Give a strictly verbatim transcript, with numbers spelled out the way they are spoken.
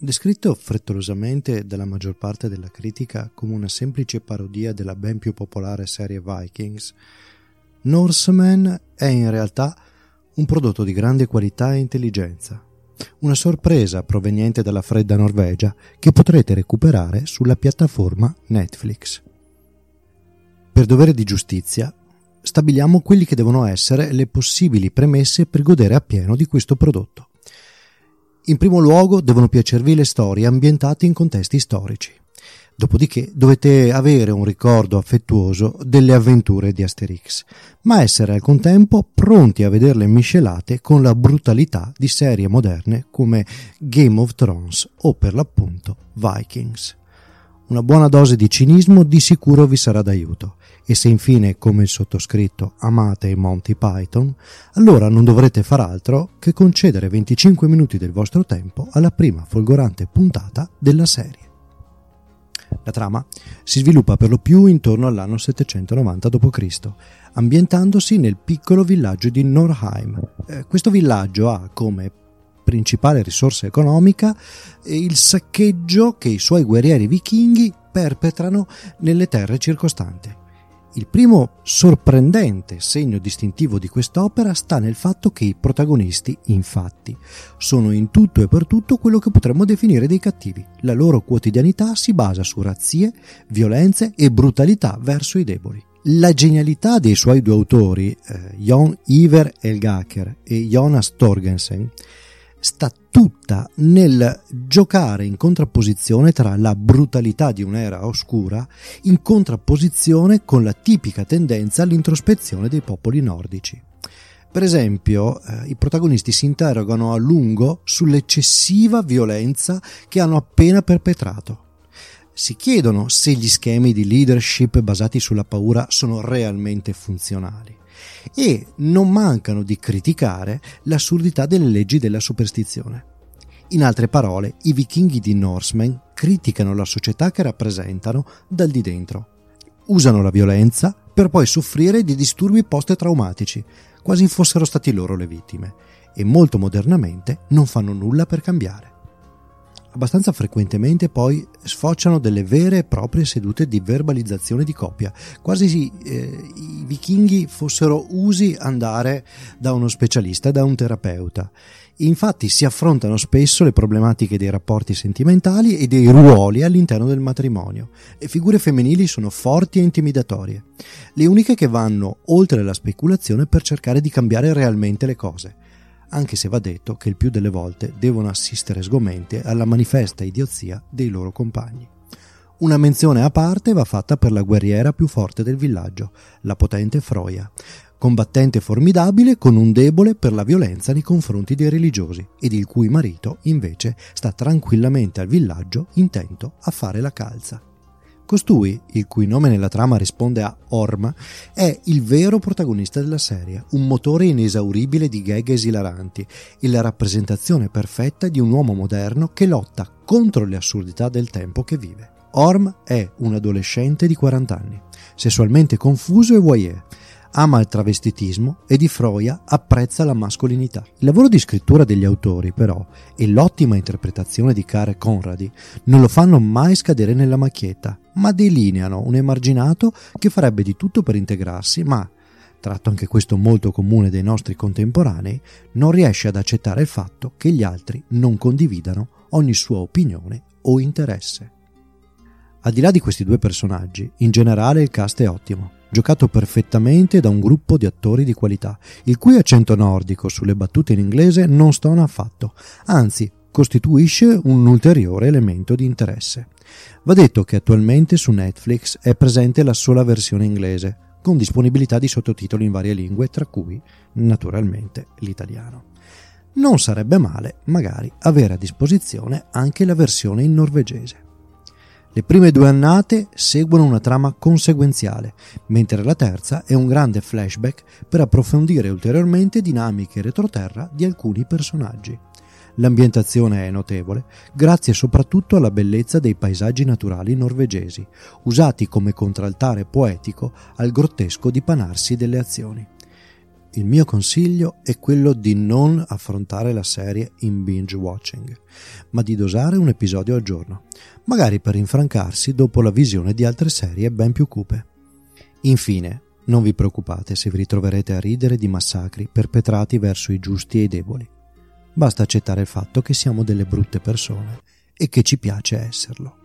Descritto frettolosamente dalla maggior parte della critica come una semplice parodia della ben più popolare serie Vikings, Norseman è in realtà un prodotto di grande qualità e intelligenza, una sorpresa proveniente dalla fredda Norvegia che potrete recuperare sulla piattaforma Netflix. Per dovere di giustizia, stabiliamo quelli che devono essere le possibili premesse per godere appieno di questo prodotto. In primo luogo devono piacervi le storie ambientate in contesti storici. Dopodiché dovete avere un ricordo affettuoso delle avventure di Asterix, ma essere al contempo pronti a vederle miscelate con la brutalità di serie moderne come Game of Thrones o per l'appunto Vikings. Una buona dose di cinismo di sicuro vi sarà d'aiuto, e se infine, come il sottoscritto, amate i Monty Python, allora non dovrete far altro che concedere venticinque minuti del vostro tempo alla prima folgorante puntata della serie. La trama si sviluppa per lo più intorno all'anno settecentonovanta dopo Cristo, ambientandosi nel piccolo villaggio di Norheim. Eh, questo villaggio ha come principale risorsa economica il saccheggio che i suoi guerrieri vichinghi perpetrano nelle terre circostanti. Il primo sorprendente segno distintivo di quest'opera sta nel fatto che i protagonisti, infatti, sono in tutto e per tutto quello che potremmo definire dei cattivi. La loro quotidianità si basa su razzie, violenze e brutalità verso i deboli. La genialità dei suoi due autori, eh, Jon Iver Elgaker e Jonas Torgensen, sta tutta nel giocare in contrapposizione tra la brutalità di un'era oscura in contrapposizione con la tipica tendenza all'introspezione dei popoli nordici. Per esempio, eh, i protagonisti si interrogano a lungo sull'eccessiva violenza che hanno appena perpetrato. Si chiedono se gli schemi di leadership basati sulla paura sono realmente funzionali. E non mancano di criticare l'assurdità delle leggi della superstizione. In altre parole, i vichinghi di Norseman criticano la società che rappresentano dal di dentro. Usano la violenza per poi soffrire di disturbi post-traumatici, quasi fossero stati loro le vittime, e molto modernamente non fanno nulla per cambiare. Abbastanza frequentemente poi sfociano delle vere e proprie sedute di verbalizzazione di coppia, quasi si, eh, i vichinghi fossero usi andare da uno specialista, da un terapeuta. Infatti si affrontano spesso le problematiche dei rapporti sentimentali e dei ruoli all'interno del matrimonio. Le figure femminili sono forti e intimidatorie, le uniche che vanno oltre la speculazione per cercare di cambiare realmente le cose, anche se va detto che il più delle volte devono assistere sgomente alla manifesta idiozia dei loro compagni. Una menzione a parte va fatta per la guerriera più forte del villaggio, la potente Froya, combattente formidabile con un debole per la violenza nei confronti dei religiosi ed il cui marito invece sta tranquillamente al villaggio intento a fare la calza. Costui, il cui nome nella trama risponde a Orm, è il vero protagonista della serie, un motore inesauribile di gag esilaranti e la rappresentazione perfetta di un uomo moderno che lotta contro le assurdità del tempo che vive. Orm è un adolescente di quaranta anni, sessualmente confuso e voyeur. Ama il travestitismo e di Froya apprezza la mascolinità. Il lavoro di scrittura degli autori, però, e l'ottima interpretazione di Kare Conradi non lo fanno mai scadere nella macchietta, ma delineano un emarginato che farebbe di tutto per integrarsi, ma, tratto anche questo molto comune dei nostri contemporanei, non riesce ad accettare il fatto che gli altri non condividano ogni sua opinione o interesse. Al di là di questi due personaggi, in generale il cast è ottimo, giocato perfettamente da un gruppo di attori di qualità, il cui accento nordico sulle battute in inglese non stona affatto, anzi costituisce un ulteriore elemento di interesse. Va detto che attualmente su Netflix è presente la sola versione inglese, con disponibilità di sottotitoli in varie lingue, tra cui, naturalmente, l'italiano. Non sarebbe male, magari, avere a disposizione anche la versione in norvegese. Le prime due annate seguono una trama conseguenziale, mentre la terza è un grande flashback per approfondire ulteriormente dinamiche retroterra di alcuni personaggi. L'ambientazione è notevole, grazie soprattutto alla bellezza dei paesaggi naturali norvegesi, usati come contraltare poetico al grottesco dipanarsi delle azioni. il mio consiglio è quello di non affrontare la serie in binge watching, ma di dosare un episodio al giorno, magari per rinfrancarsi dopo la visione di altre serie ben più cupe. Infine, non vi preoccupate se vi ritroverete a ridere di massacri perpetrati verso i giusti e i deboli. Basta accettare il fatto che siamo delle brutte persone e che ci piace esserlo.